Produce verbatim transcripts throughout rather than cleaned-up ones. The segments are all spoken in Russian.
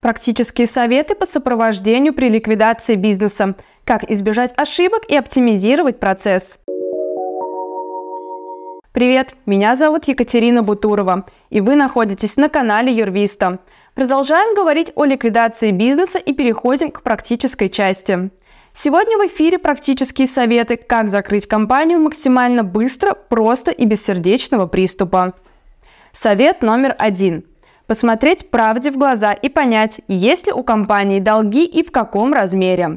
Практические советы по сопровождению при ликвидации бизнеса. Как избежать ошибок и оптимизировать процесс. Привет, меня зовут Екатерина Бутурова, и вы находитесь на канале Юрвиста. Продолжаем говорить о ликвидации бизнеса и переходим к практической части. Сегодня в эфире практические советы, как закрыть компанию максимально быстро, просто и без сердечного приступа. Совет номер один. Посмотреть правде в глаза и понять, есть ли у компании долги и в каком размере.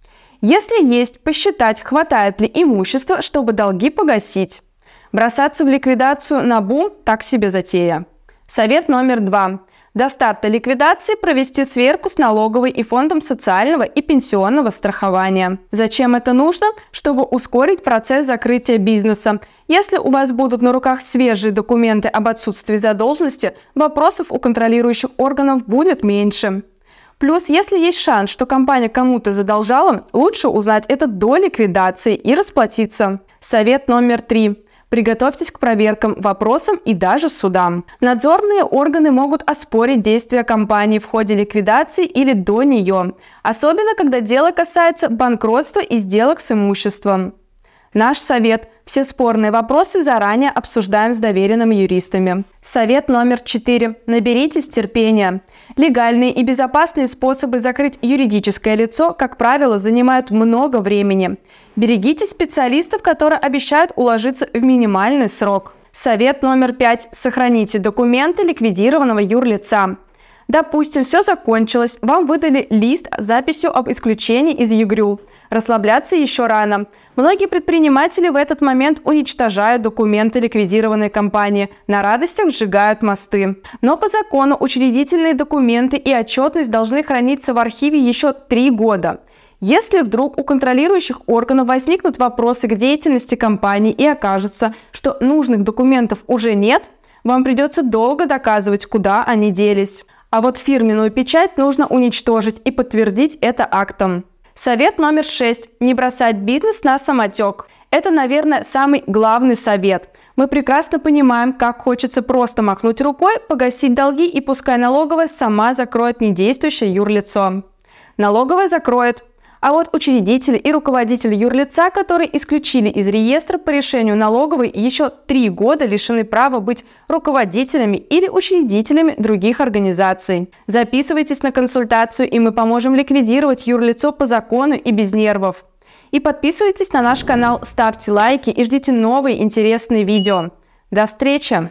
Если есть, посчитать, хватает ли имущества, чтобы долги погасить. Бросаться в ликвидацию на бум – так себе затея. Совет номер два. До старта ликвидации провести сверку с налоговой и фондом социального и пенсионного страхования. Зачем это нужно? Чтобы ускорить процесс закрытия бизнеса. Если у вас будут на руках свежие документы об отсутствии задолженности, вопросов у контролирующих органов будет меньше. Плюс, если есть шанс, что компания кому-то задолжала, лучше узнать это до ликвидации и расплатиться. Совет номер три. Приготовьтесь к проверкам, вопросам и даже судам. Надзорные органы могут оспорить действия компании в ходе ликвидации или до нее, особенно когда дело касается банкротства и сделок с имуществом. Наш совет – все спорные вопросы заранее обсуждаем с доверенными юристами. Совет номер четыре. Наберитесь терпения. Легальные и безопасные способы закрыть юридическое лицо, как правило, занимают много времени. Берегите специалистов, которые обещают уложиться в минимальный срок. Совет номер пять. Сохраните документы ликвидированного юрлица. Допустим, все закончилось, вам выдали лист с записью об исключении из ЕГРЮ. Расслабляться еще рано. Многие предприниматели в этот момент уничтожают документы ликвидированной компании, на радостях сжигают мосты. Но по закону учредительные документы и отчетность должны храниться в архиве еще три года. Если вдруг у контролирующих органов возникнут вопросы к деятельности компании и окажется, что нужных документов уже нет, вам придется долго доказывать, куда они делись. А вот фирменную печать нужно уничтожить и подтвердить это актом. Совет номер шесть. Не бросать бизнес на самотек. Это, наверное, самый главный совет. Мы прекрасно понимаем, как хочется просто махнуть рукой, погасить долги и пускай налоговая сама закроет недействующее юрлицо. Налоговая закроет. А вот учредители и руководители юрлица, которые исключили из реестра по решению налоговой, еще три года лишены права быть руководителями или учредителями других организаций. Записывайтесь на консультацию, и мы поможем ликвидировать юрлицо по закону и без нервов. И подписывайтесь на наш канал, ставьте лайки и ждите новые интересные видео. До встречи!